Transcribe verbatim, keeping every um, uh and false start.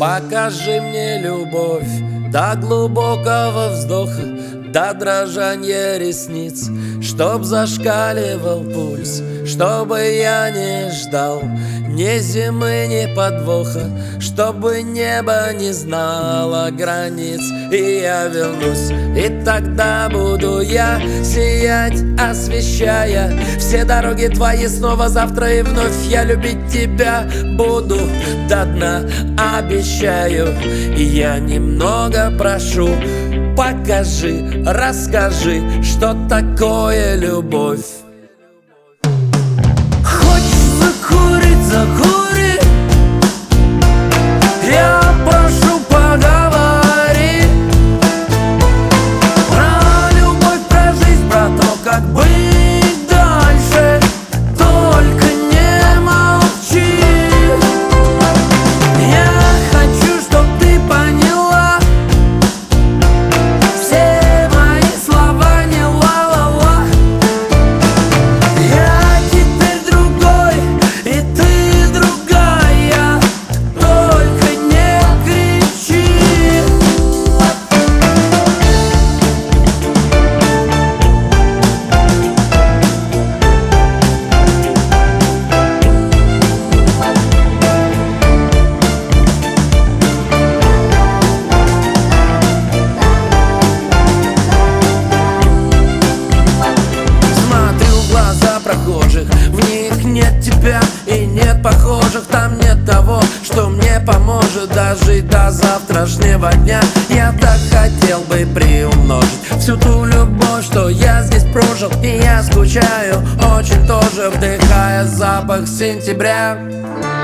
Покажи мне любовь до глубокого вздоха, до дрожания ресниц, чтоб зашкаливал пульс, чтобы я не ждал ни зимы, ни подвоха, чтобы небо не знало границ. И я вернусь, и тогда буду я сиять, освещая все дороги твои снова завтра. И вновь я любить тебя буду до дна, обещаю. И я немного прошу, покажи, расскажи, что такое любовь. Хочешь закурить, закури, я прошу, поговори про любовь, про жизнь, про то, как быть дальше. Только не молчи. Я хочу, чтоб ты поняла, все мои слова не ла-ла-ла. Я теперь другой, и ты другая, только не кричи. Смотрю в глаза прохожих, в них нет тебя и нет похожих. Там нет того, что мне поможет дожить до завтрашнего дня. Я так хотел бы приумножить всю ту любовь, что я здесь прожил. И я скучаю очень тоже, вдыхая запах сентября.